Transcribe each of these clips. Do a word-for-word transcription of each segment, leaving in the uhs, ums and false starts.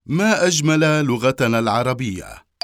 ما أجمل لغتنا العربية.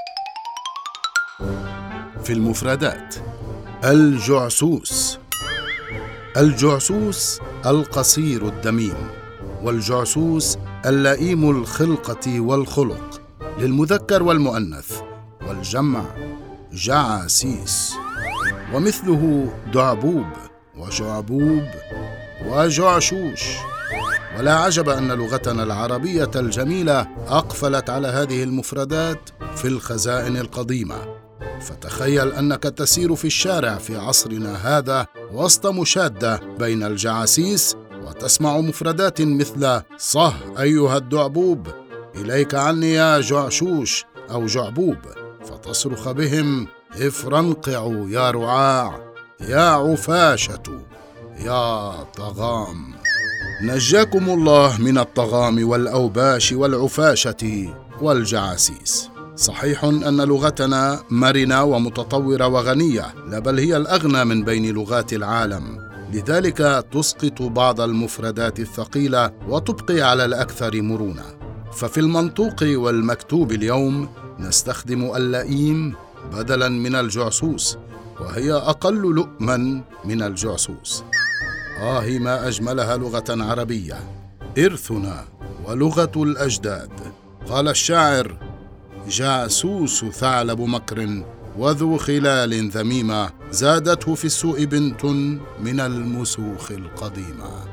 في المفردات: الجعسوس. الجعسوس القصير الدميم، والجعسوس اللئيم الخلقة والخلق للمذكر والمؤنث، والجمع جعاسيس. ومثله دعبوب وجعبوب وجعشوش. ولا عجب أن لغتنا العربية الجميلة أقفلت على هذه المفردات في الخزائن القديمة. فتخيل أنك تسير في الشارع في عصرنا هذا وسط مشادة بين الجعاسيس، وتسمع مفردات مثل صه أيها الدعبوب، إليك عني يا جعشوش أو جعبوب، فتصرخ بهم افرنقعوا يا رعاع، يا عفاشة، يا طغام. نجاكم الله من الطغام والأوباش والعفاشة والجعاسيس. صحيح أن لغتنا مرنة ومتطورة وغنية، لا بل هي الأغنى من بين لغات العالم، لذلك تسقط بعض المفردات الثقيلة وتبقي على الأكثر مرونة. ففي المنطوق والمكتوب اليوم نستخدم اللئيم بدلاً من الجعسوس، وهي أقل لؤماً من الجعسوس. آه ما أجملها لغة عربية، إرثنا ولغة الأجداد. قال الشاعر: جعسوس ثعلب مكر وذو خلال ذميمة، زادته في السوء بنت من المسوخ القديمة.